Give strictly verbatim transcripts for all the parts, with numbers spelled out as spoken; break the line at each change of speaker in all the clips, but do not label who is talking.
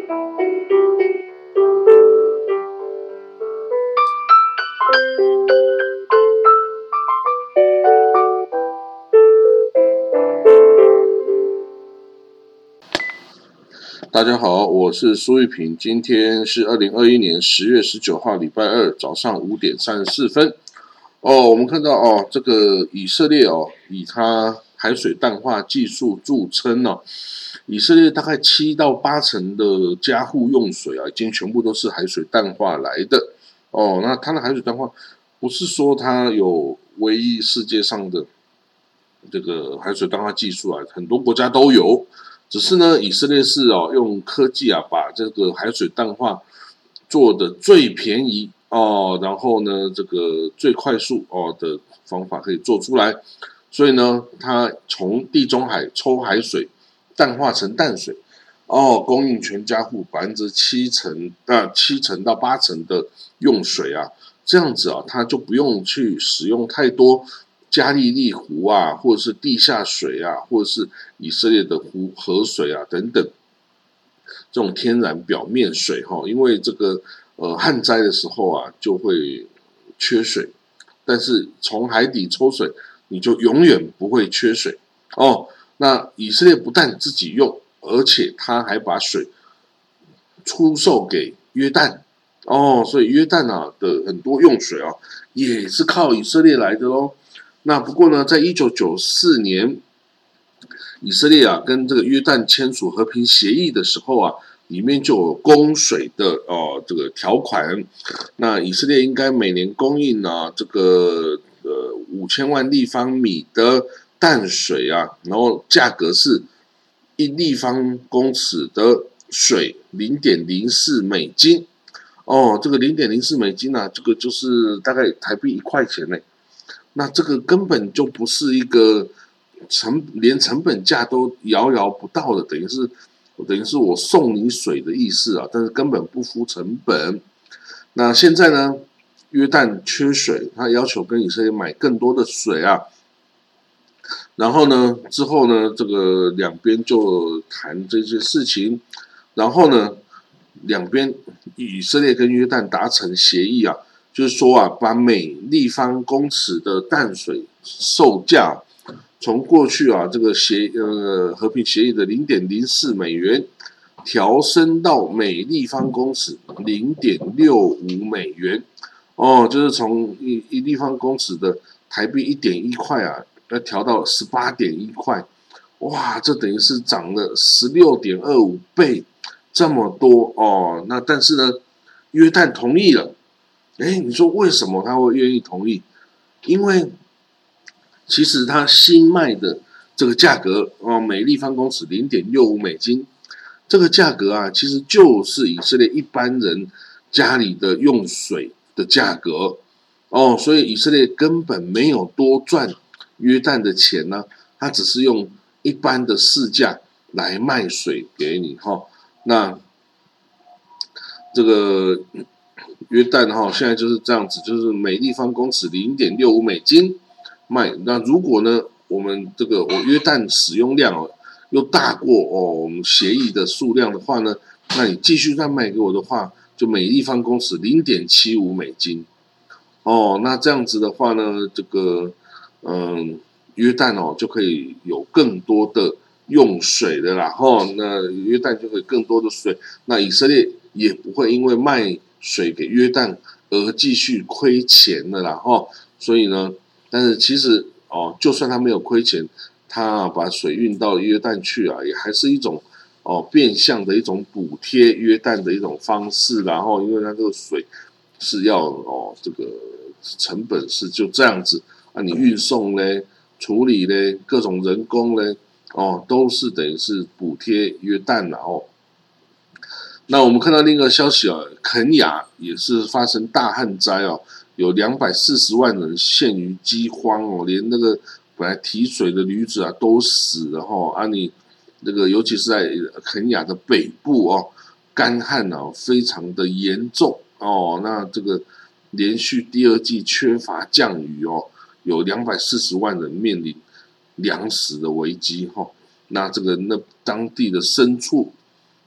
大家好，我是苏玉平，今天是二零二一年十月十九号礼拜二早上五点三十四分。哦，我们看到哦，这个以色列哦，以它海水淡化技术著称哦，以色列大概七到八成的家户用水啊，已经全部都是海水淡化来的哦。那它的海水淡化不是说它有唯一世界上的这个海水淡化技术啊，很多国家都有。只是呢，以色列是哦用科技啊，把这个海水淡化做的最便宜哦，然后呢，这个最快速哦的方法可以做出来，所以呢，它从地中海抽海水淡化成淡水哦，供应全家户百分之七成啊七成到八成的用水啊，这样子啊，它就不用去使用太多加利利湖啊，或者是地下水啊，或者是以色列的湖河水啊等等，这种天然表面水哈，因为这个呃旱灾的时候啊就会缺水，但是从海底抽水你就永远不会缺水哦。那以色列不但自己用，而且他还把水出售给约旦哦，所以约旦啊的很多用水啊也是靠以色列来的喽。那不过呢，在一九九四年，以色列啊跟这个约旦签署和平协议的时候啊，里面就有供水的哦这个条款。那以色列应该每年供应啊这个呃五千万立方米的淡水啊，然后价格是一立方公尺的水零点零四美金哦，这个零点零四美金啊，这个就是大概台币一块钱呢。那这个根本就不是一个成连成本价都遥遥不到的，等于是等于是我送你水的意思啊，但是根本不付成本。那现在呢，约旦缺水，他要求跟以色列买更多的水啊。然后呢，之后呢，这个两边就谈这些事情，然后呢，两边以色列跟约旦达成协议啊。就是说啊，把每立方公尺的淡水售价从过去啊这个协呃和平协议的零点零四美元调升到每立方公尺零点六五美元哦，就是从一一立方公尺的台币一点一块啊，要调到十八点一块，哇，这等于是涨了十六点二五倍，这么多哦。那但是呢，约旦同意了。哎，你说为什么他会愿意同意？因为其实他新卖的这个价格哦，每立方公尺零点六五美金，这个价格啊，其实就是以色列一般人家里的用水的价格哦，所以以色列根本没有多赚约旦的钱呢、啊，他只是用一般的市价来卖水给你哈、哦。那这个。约旦哈现在就是这样子，就是每立方公尺零点六五美金卖。那如果呢，我们这个我约旦使用量哦又大过哦我们协议的数量的话呢，那你继续再卖给我的话，就每立方公尺零点七五美金。哦，那这样子的话呢，这个嗯约旦哦就可以有更多的用水的啦。哦，那约旦就可以更多的水，那以色列也不会因为卖水给约旦而继续亏钱的啦，哦，所以呢，但是其实哦，就算他没有亏钱，他把水运到约旦去啊，也还是一种哦变相的一种补贴约旦的一种方式，然后因为他这个水是要哦这个成本是就这样子啊，你运送嘞、处理嘞、各种人工嘞，哦，都是等于是补贴约旦了哦。那我们看到另一个消息啊，肯亚也是发生大旱灾哦，有两百四十万人陷于饥荒哦，连那个本来提水的驴子啊都死了哈、哦、啊你那个尤其是在肯亚的北部哦，干旱啊非常的严重哦，那这个连续第二季缺乏降雨哦，有两百四十万人面临粮食的危机哈、哦，那这个那当地的牲畜。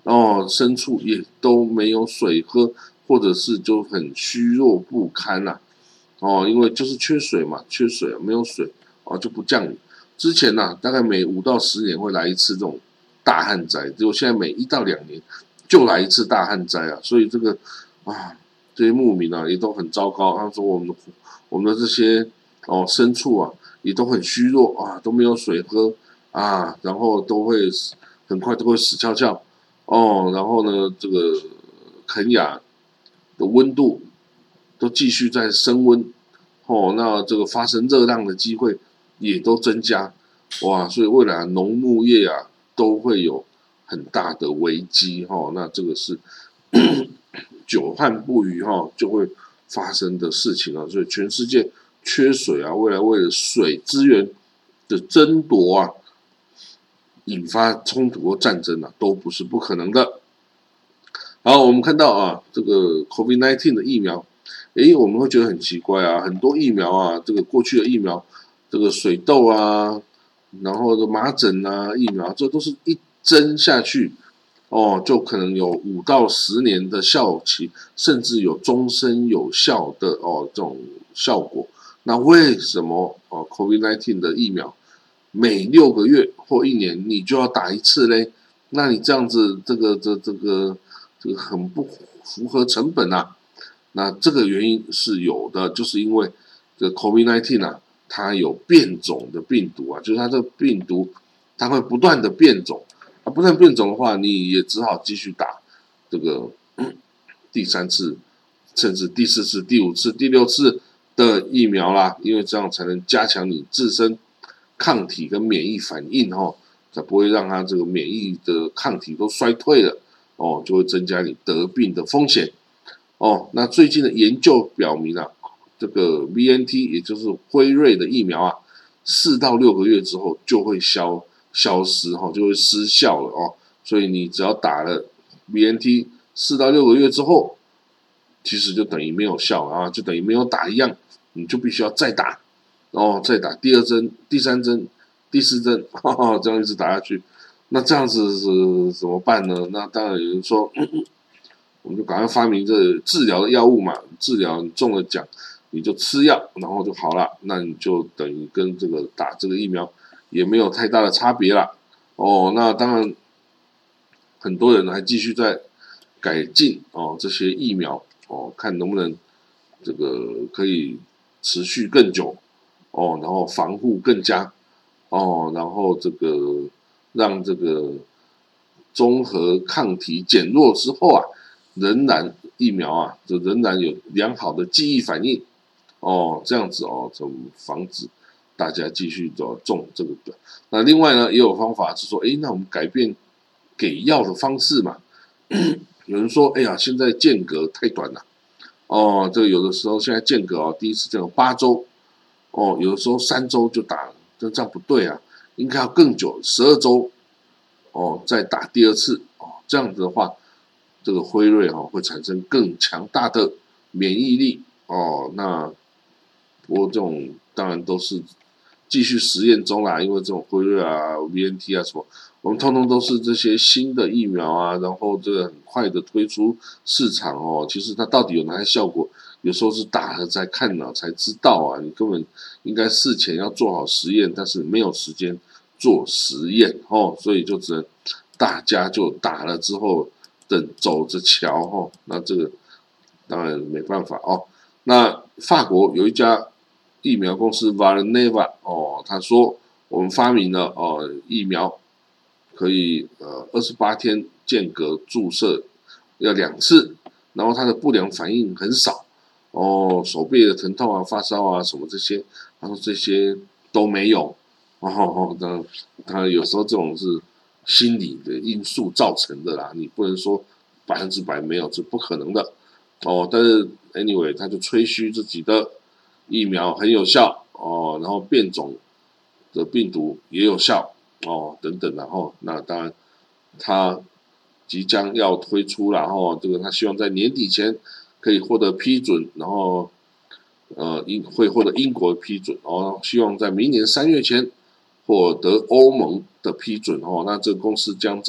哦，牲畜也都没有水喝，或者是就很虚弱不堪呐、啊，哦，因为就是缺水嘛，缺水没有水哦就不降雨。之前呐、啊，大概每五到十年会来一次这种大旱灾，结果现在每一到两年就来一次大旱灾啊，所以这个啊，这些牧民啊也都很糟糕。他说我们的我们的这些哦牲畜啊也都很虚弱啊，都没有水喝啊，然后都会很快都会死翘翘。哦，然后呢，这个肯亚的温度都继续在升温，哦，那这个发生热浪的机会也都增加，哇，所以未来农牧业啊都会有很大的危机，哦，那这个是久旱不雨哈、哦、就会发生的事情啊，所以全世界缺水啊，未来为了水资源的争夺啊，引发冲突或战争啊，都不是不可能的。好，我们看到啊，这个 COVID 十九 的疫苗，诶，我们会觉得很奇怪啊，很多疫苗啊，这个过去的疫苗，这个水痘啊，然后麻疹啊，疫苗，这都是一针下去，哦，就可能有五到十年的效期，甚至有终身有效的哦这种效果。那为什么哦 COVID 十九 的疫苗每六个月或一年你就要打一次嘞？那你这样子，这个这这个这个很不符合成本啊。那这个原因是有的，就是因为这个 COVID 十九 啊，它有变种的病毒啊，就是它这个病毒它会不断的变种，啊，不断变种的话，你也只好继续打这个、嗯、第三次，甚至第四次、第五次、第六次的疫苗啦，因为这样才能加强你自身抗体跟免疫反应哦，才不会让它这个免疫的抗体都衰退了哦，就会增加你得病的风险哦。那最近的研究表明啊，这个 B N T 也就是辉瑞的疫苗啊，四到六个月之后就会消消失哈、哦，就会失效了哦。所以你只要打了 B N T 四到六个月之后，其实就等于没有效啊，就等于没有打一样，你就必须要再打。哦，再打第二针、第三针、第四针，哈哈，这样一直打下去，那这样子是怎么办呢？那当然有人说，嗯嗯我们就赶快发明这治疗的药物嘛，治疗你中了奖，你就吃药，然后就好了，那你就等于跟这个打这个疫苗也没有太大的差别啦。哦，那当然，很多人还继续在改进哦这些疫苗哦，看能不能这个可以持续更久。哦，然后防护更佳，哦，然后这个让这个综合抗体减弱之后啊，仍然疫苗啊，就仍然有良好的记忆反应，哦，这样子哦，就防止大家继续的中这个的。那另外呢，也有方法是说，诶，那我们改变给药的方式嘛。有人说，哎呀，现在间隔太短了，哦，这个有的时候现在间隔哦，第一次间隔八周。哦，有的时候三周就打了，这样不对啊，应该要更久，十二周哦再打第二次哦，这样子的话，这个辉瑞哈、哦、会产生更强大的免疫力哦。那不过这种当然都是继续实验中啦，因为这种辉瑞啊、V N T 啊什么，我们通通都是这些新的疫苗啊，然后这个很快的推出市场哦，其实它到底有哪些效果？有时候是打了再看了才知道啊，你根本应该事前要做好实验，但是没有时间做实验哦，所以就只能大家就打了之后等走着瞧哦，那这个当然没办法哦。那法国有一家疫苗公司 Valneva 哦，他说我们发明了哦疫苗可以呃二十八天间隔注射要两次，然后它的不良反应很少。哦，手臂的疼痛啊、发烧啊什么这些，他说这些都没有。哦，那他有时候这种是心理的因素造成的啦，你不能说百分之百没有，是不可能的。哦，但是 anyway， 他就吹嘘自己的疫苗很有效哦，然后变种的病毒也有效哦，等等，然后那当然他即将要推出，然后这个他希望在年底前可以获得批准，然后呃英会获得英国的批准，然后希望在明年三月前获得欧盟的批准哦。那这个公司将在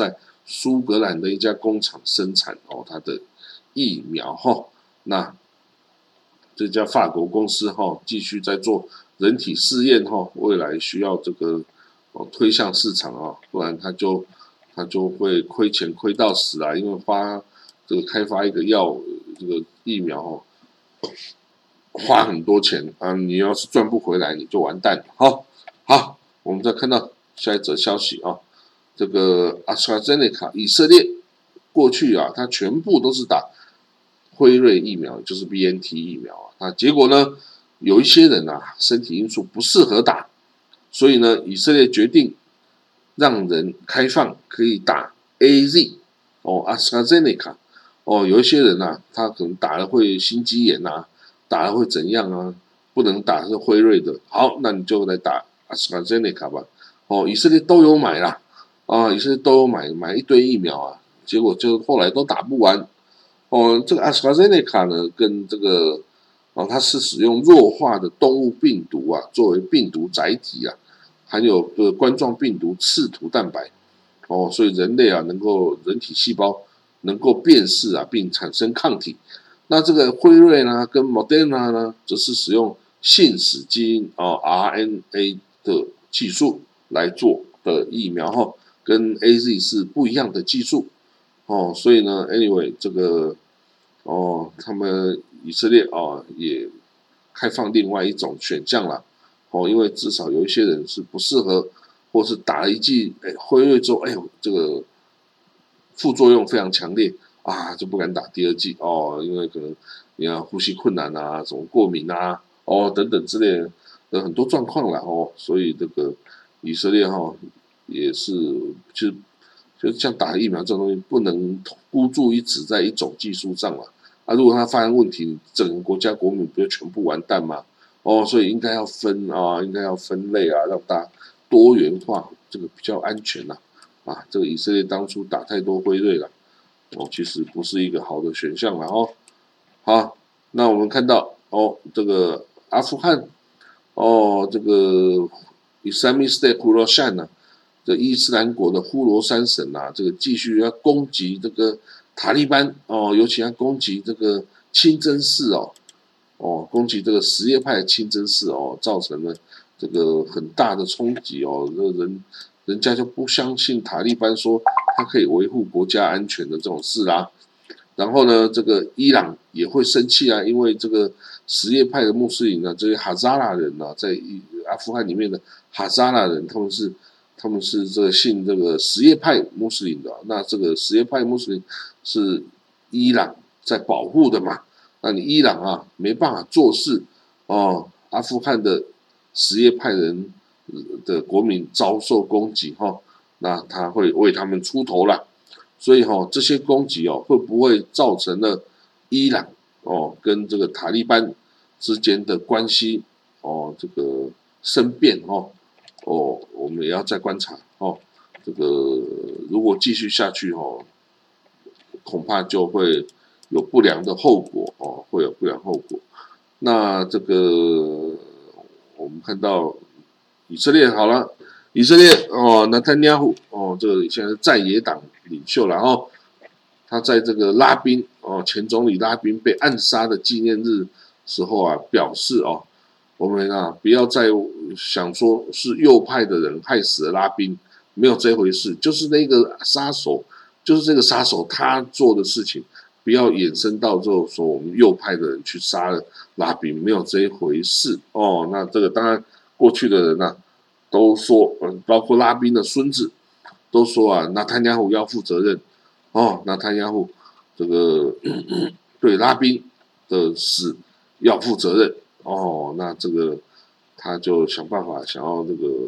苏格兰的一家工厂生产哦它的疫苗哈、哦，那这家法国公司哈、哦、继续在做人体试验哈、哦，未来需要这个哦推向市场啊、哦，不然它就它就会亏钱亏到死啊，因为花这个开发一个药这个疫苗哦，花很多钱啊，你要是赚不回来你就完蛋了。好，好，我们再看到下一则消息啊，这个 AstraZeneca 以色列过去啊，它全部都是打辉瑞疫苗，就是 B N T 疫苗啊，那结果呢，有一些人啊身体因素不适合打，所以呢，以色列决定让人开放可以打 A Z 哦 AstraZeneca 哦，有一些人啊，他可能打了会心肌炎啊，打了会怎样啊，不能打是辉瑞的，好，那你就来打 AstraZeneca 吧。哦，以色列都有买啦，啊，以色列都有买买一堆疫苗啊，结果就后来都打不完。哦，这个 AstraZeneca 呢，跟这个哦，它是使用弱化的动物病毒啊，作为病毒载体啊，含有这个冠状病毒刺突蛋白哦，所以人类啊，能够人体细胞能够辨识啊，并产生抗体。那这个辉瑞呢，跟 Moderna 呢，则是使用信使基因哦 R N A 的技术来做的疫苗哈、哦，跟 A Z 是不一样的技术哦，所以呢 ，anyway 这个哦，他们以色列哦也开放另外一种选项了哦，因为至少有一些人是不适合，或是打了一剂哎辉瑞之后，哎呦这个副作用非常强烈啊，就不敢打第二剂哦，因为可能你要呼吸困难啊，什么过敏啊，哦等等之类的很多状况啦哦，所以这个以色列哈、哦、也是其实就像打疫苗这种东西，不能孤注一掷在一种技术上了啊，如果它发生问题，整个国家国民不就全部完蛋吗？哦，所以应该要分啊，应该要分类啊，让大家多元化，这个比较安全呐、啊。啊，这个以色列当初打太多辉瑞了，哦，其实不是一个好的选项了哦。好，那我们看到哦，这个阿富汗，哦，这个 Islamic State 呼罗珊呢，这伊斯兰国的呼罗珊省啊，这个继续要攻击这个塔利班哦，尤其要攻击这个清真寺哦。哦，攻击这个什叶派清真寺哦，造成了这个很大的冲击哦，这人人家就不相信塔利班说他可以维护国家安全的这种事啦。然后呢，这个伊朗也会生气啊，因为这个什叶派的穆斯林呢，这些哈扎拉人呢、啊，在阿富汗里面的哈扎拉人，他们是他们是这个信这个什叶派穆斯林的，那这个什叶派穆斯林是伊朗在保护的嘛。那你伊朗啊没办法做事哦，阿富汗的什叶派人的国民遭受攻击哈、哦，那他会为他们出头啦。所以哈、哦，这些攻击哦，会不会造成了伊朗哦跟这个塔利班之间的关系哦这个生变哦哦，我们也要再观察哦。这个如果继续下去哦，恐怕就会有不良的后果哦，会有不良后果。那这个我们看到以色列好了，以色列哦，纳坦尼亚胡哦，这个现在是在野党领袖了哦，他在这个拉宾哦，前总理拉宾被暗杀的纪念日时候啊，表示哦，我们啊不要再想说是右派的人害死了拉宾，没有这回事，就是那个杀手。就是这个杀手他做的事情，不要衍生到之后说我们右派的人去杀了拉宾，没有这一回事哦。那这个当然过去的人呢、啊、都说，嗯，包括拉宾的孙子都说啊，纳坦雅胡要负责任哦，纳坦雅胡这个咳咳对拉宾的死要负责任哦。那这个他就想办法想要这个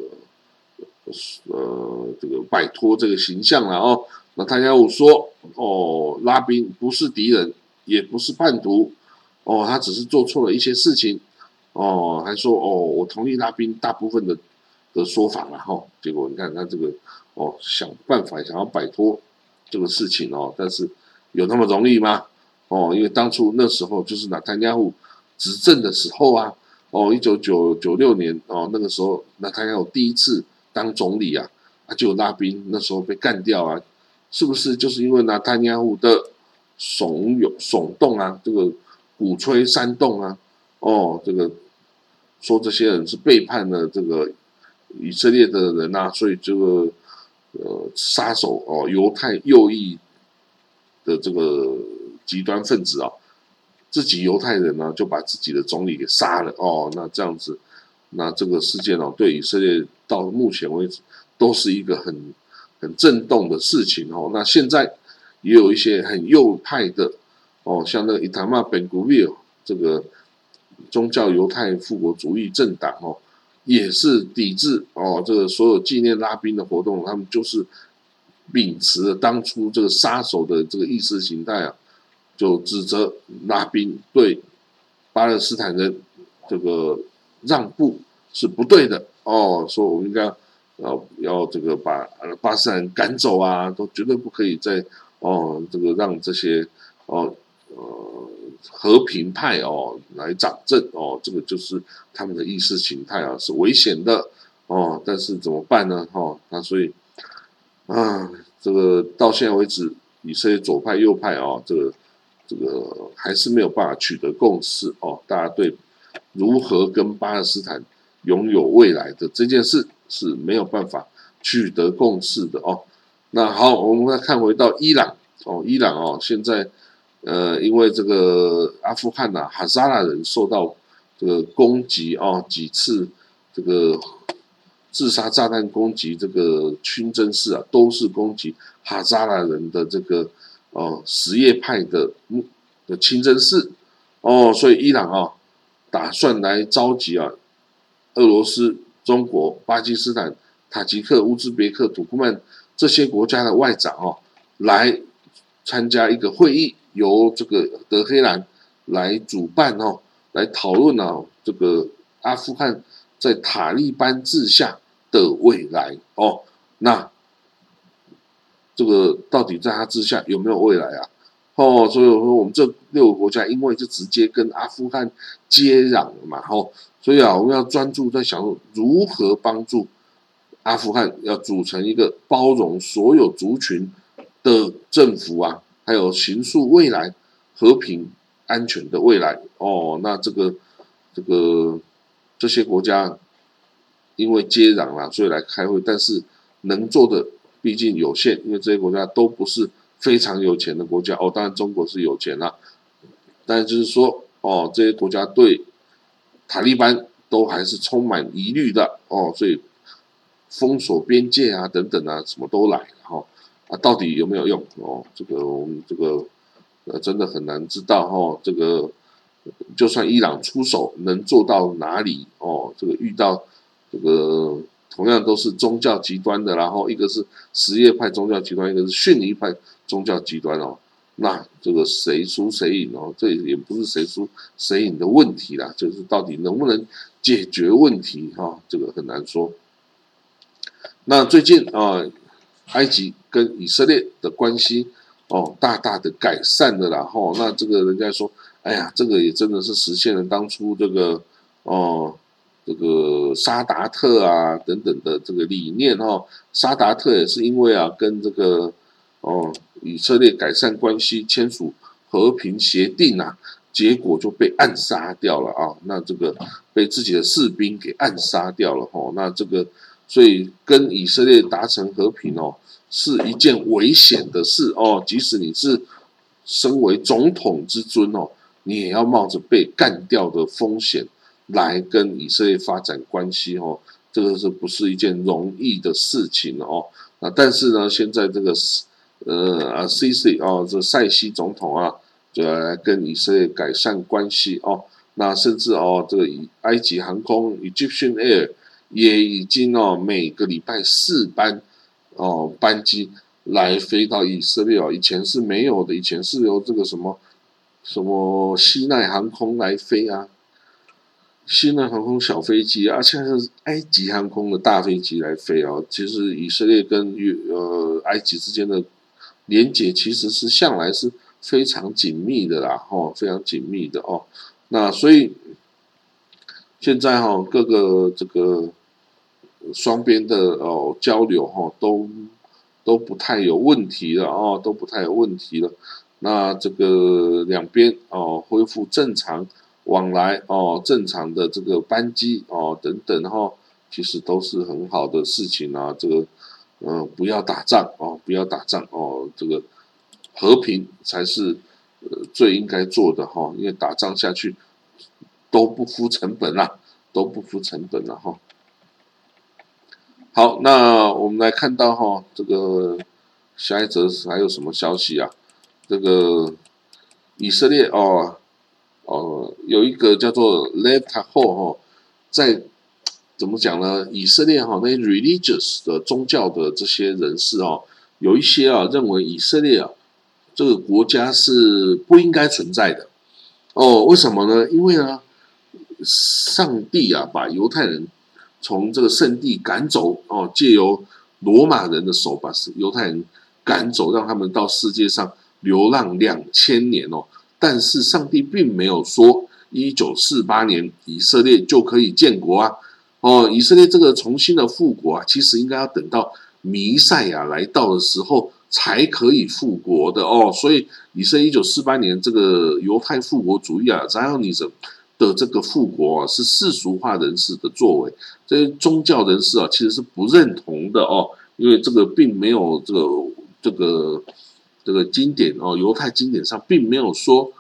呃这个摆脱这个形象了哦。那他要说哦，拉宾不是敌人，也不是叛徒，哦，他只是做错了一些事情，哦，还说哦，我同意拉宾大部分的的说法了哈、哦。结果你看他这个哦，想办法想要摆脱这个事情哦，但是有那么容易吗？哦，因为当初那时候就是纳坦雅胡执政的时候啊，哦，一九九九六年哦，那个时候纳坦雅胡第一次当总理啊，啊，就拉宾那时候被干掉啊。 是不是就是因为纳坦雅胡的怂恿耸动啊，这个鼓吹煽动啊，哦，这个说这些人是背叛了这个以色列的人啊，所以这个呃杀手哦，犹太右翼的这个极端分子啊，自己犹太人呢就把自己的总理给杀了哦，那这样子，那这个事件哦，对以色列到目前为止都是一个很很震动的事情哦。那现在也有一些很右派的哦，像那个伊塔玛本古维尔这个宗教犹太复国主义政党哦，也是抵制哦这个所有纪念拉宾的活动，他们就是秉持了当初这个杀手的这个意识形态啊，就指责拉宾对巴勒斯坦人这个让步是不对的哦，说我们应该要要这个把巴勒斯坦人赶走啊，都绝对不可以再哦这个让这些哦呃和平派哦来掌政哦，这个就是他们的意识形态啊，是危险的哦。但是怎么办呢？哦，那所以啊，这个到现在为止，以色列左派、右派哦，这个这个还是没有办法取得共识哦。大家对如何跟巴勒斯坦拥有未来的这件事是没有办法取得共识的哦。那好，我们再看回到伊朗哦，伊朗哦，现在呃，因为这个阿富汗呐、啊，哈扎拉人受到这个攻击哦，几次这个自杀炸弹攻击这个清真寺啊，都是攻击哈扎拉人的这个哦什叶派的的清真寺哦，所以伊朗啊打算来召集啊俄罗斯、中国、巴基斯坦、塔吉克、乌兹别克、土库曼这些国家的外长哦来参加一个会议，由这个德黑兰来主办哦，来讨论啊这个阿富汗在塔利班治下的未来哦，那这个到底在他之下有没有未来啊？哦，所以说我们这六个国家，因为就直接跟阿富汗接壤了嘛，哦，所以啊，我们要专注在想如何帮助阿富汗，要组成一个包容所有族群的政府啊，还有形塑未来和平安全的未来哦。那这个这个这些国家因为接壤啦，所以来开会，但是能做的毕竟有限，因为这些国家都不是非常有钱的国家哦。当然中国是有钱啦，但就是说哦，这些国家对塔利班都还是充满疑虑的哦，所以封锁边界啊等等啊，什么都来哈啊，到底有没有用哦？这个我们这个呃真的很难知道哈。这个就算伊朗出手，能做到哪里哦？这个遇到这个同样都是宗教极端的，然后一个是什叶派宗教极端，一个是逊尼派宗教极端哦。那这个谁输谁赢哦？这也不是谁输谁赢的问题啦，就是到底能不能解决问题哈、哦？这个很难说。那最近啊、呃，埃及跟以色列的关系哦，大大的改善了啦。吼、哦，那这个人家说，哎呀，这个也真的是实现了当初这个哦，这个沙达特啊等等的这个理念哦。沙达特也是因为啊，跟这个哦以色列改善关系，签署和平协定啊，结果就被暗杀掉了啊。那这个被自己的士兵给暗杀掉了哦。那这个。所以跟以色列达成和平哦，是一件危险的事哦。即使你是身为总统之尊哦，你也要冒着被干掉的风险来跟以色列发展关系哦。这个是不是一件容易的事情哦？啊，但是呢，现在这个呃啊 C C 哦，这塞西总统啊，就要来跟以色列改善关系哦。那甚至哦，这个以埃及航空 Egyptian Air。也已经哦，每个礼拜四班哦班机来飞到以色列哦，以前是没有的，以前是由这个什么什么西奈航空来飞啊，西奈航空小飞机啊，现在是埃及航空的大飞机来飞哦。其实以色列跟呃埃及之间的连结其实是向来是非常紧密的啦，哦，非常紧密的哦。那所以现在哈、哦、各个这个。双边的哦交流哈、哦、都都不太有问题了哦，都不太有问题了。那这个两边哦恢复正常往来哦，正常的这个班机哦等等哈、哦，其实都是很好的事情啊。这个嗯、呃，不要打仗哦，不要打仗哦，这个和平才是呃最应该做的哈、哦，因为打仗下去都不付成本啦，都不付成本了哈、哦。好，那我们来看到哈，这个下一则还有什么消息啊？这个以色列哦哦有一个叫做 Lev Tahor 哈，在怎么讲呢？以色列哈那些 religious 的宗教的这些人士哦，有一些啊认为以色列啊这个国家是不应该存在的哦。为什么呢？因为呢，上帝啊把犹太人从这个圣地赶走哦，借由罗马人的手把犹太人赶走，让他们到世界上流浪两千年哦。但是上帝并没有说一九四八年以色列就可以建国啊。哦，以色列这个重新的复国啊，其实应该要等到弥赛亚来到的时候才可以复国的哦。所以以色列一九四八年这个犹太复国主义啊 ，Zionism 的这个复国啊，是世俗化人士的作为，这些宗教人士啊其实是不认同的哦，因为这个并没有这个这个这个经典哦，犹太经典上并没有说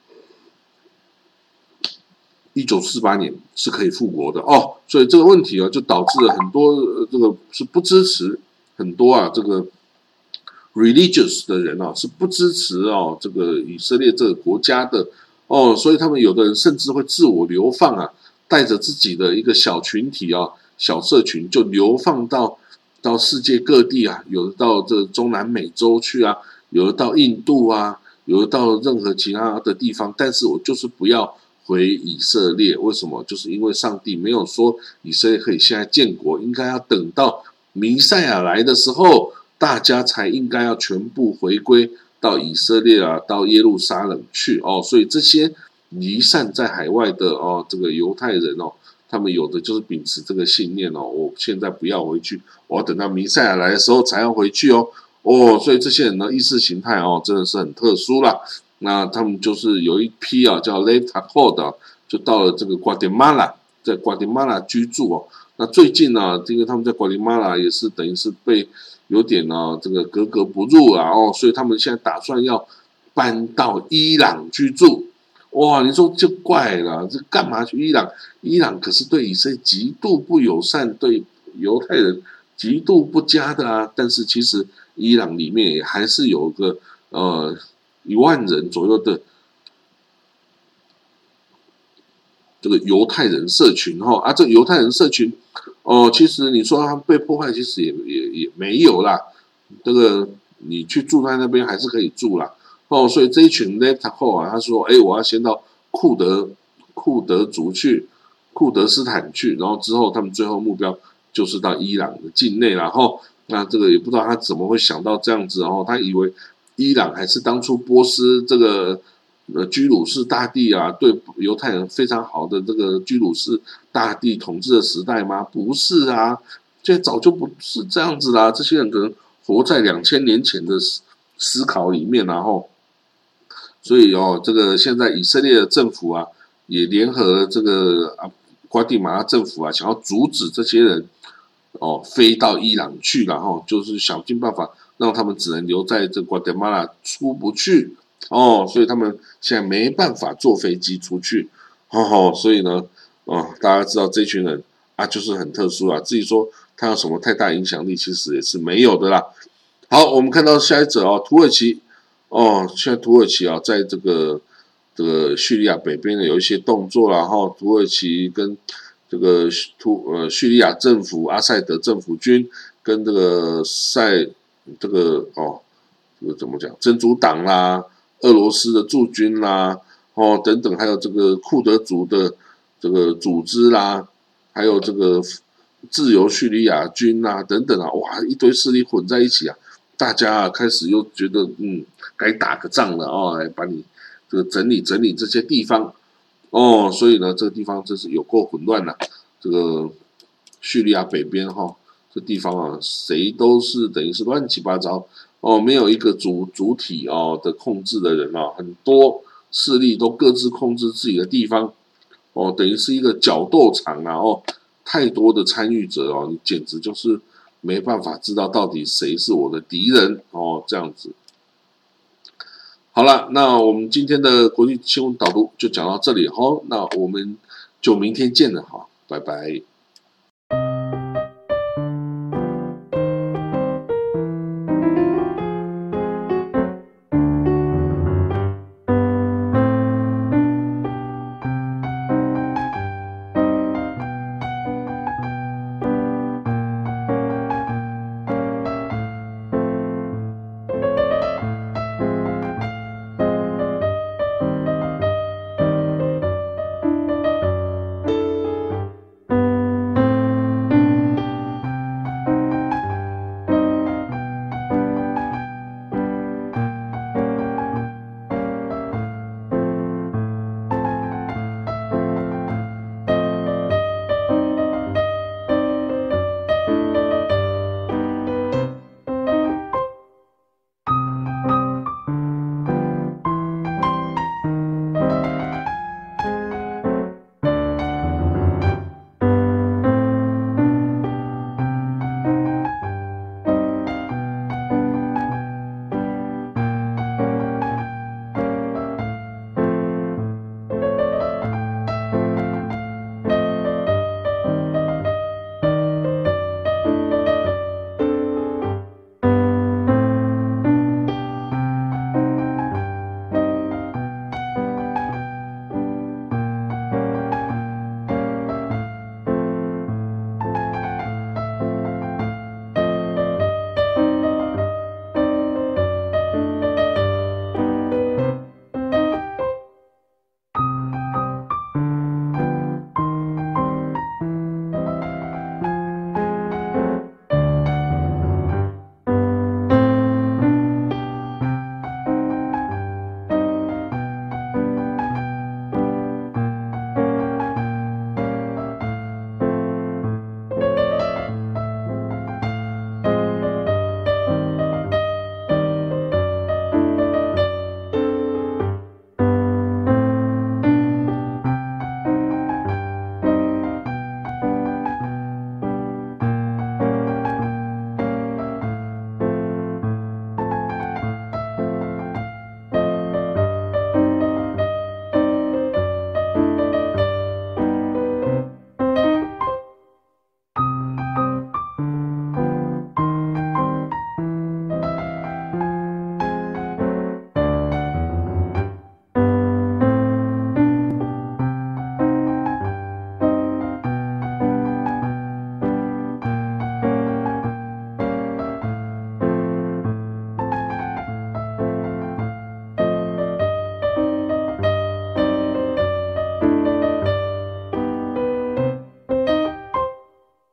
一九四八年是可以复国的哦，所以这个问题啊，就导致了很多、呃、这个是不支持很多啊这个 religious 的人啊是不支持哦这个以色列这个国家的哦，所以他们有的人甚至会自我流放啊，带着自己的一个小群体啊小社群就流放到到世界各地啊，有的到这中南美洲去啊，有的到印度啊，有的到任何其他的地方，但是我就是不要回以色列。为什么？就是因为上帝没有说以色列可以现在建国，应该要等到弥赛亚来的时候，大家才应该要全部回归到以色列啊，到耶路撒冷去哦。所以这些离散在海外的哦，这个犹太人哦，他们有的就是秉持这个信念哦，我现在不要回去，我要等到弥赛亚来的时候才要回去哦。哦，所以这些人的意识形态哦，真的是很特殊啦。那他们就是有一批啊，叫 Lev Tahor 的，就到了这个瓜地马拉，在瓜地马拉居住哦。那最近呢、啊，这个他们在瓜地马拉也是等于是被有点呢、啊、这个格格不入啊哦，所以他们现在打算要搬到伊朗居住。哇，你说就怪了，这干嘛去伊朗？伊朗可是对以色列极度不友善，对犹太人极度不佳的啊。但是其实伊朗里面也还是有个呃。一万人左右的这个犹太人社群哈啊，这个犹太人社群哦，其实你说他们被迫害，其实也也也没有啦。这个你去住在那边还是可以住啦哦。所以这一群 Lev Tahor 啊，他说：“哎，我要先到库德库德族去，库德斯坦去，然后之后他们最后目标就是到伊朗的境内，然后那这个也不知道他怎么会想到这样子，然后他以为。”伊朗还是当初波斯这个呃居鲁士大帝啊，对犹太人非常好的这个居鲁士大帝统治的时代吗？不是啊，现在早就不是这样子啦。这些人可能活在两千年前的思思考里面，然后，所以哦，这个现在以色列的政府啊，也联合这个啊瓜地马拉政府啊，想要阻止这些人哦飞到伊朗去，然后就是想尽办法。让他们只能留在这瓜地马拉出不去哦，所以他们现在没办法坐飞机出去哦，所以呢，哦，大家知道这群人啊，就是很特殊啊。至于说他有什么太大影响力，其实也是没有的啦。好，我们看到下一则哦，土耳其哦，现在土耳其啊，在这个这个叙利亚北边呢有一些动作啦，哈，土耳其跟这个土呃叙利亚政府阿塞德政府军跟这个塞。这个哦，这个怎么讲？真主党啦，俄罗斯的驻军啦，哦等等，还有这个库德族的这个组织啦，还有这个自由叙利亚军啦等等啊，哇，一堆势力混在一起啊，大家啊开始又觉得嗯，该打个仗了哦，来把你这个整理整理这些地方哦，所以呢，这个地方真是有够混乱了、啊。这个叙利亚北边哈、哦。 这地方啊，谁都是等于是乱七八糟哦，没有一个主主体哦的控制的人啊，很多势力都各自控制自己的地方哦，等于是一个角斗场啊哦，太多的参与者哦，你简直就是没办法知道到底谁是我的敌人哦，这样子。好了，那我们今天的国际新闻导读就讲到这里哈，那我们就明天见了哈，拜拜。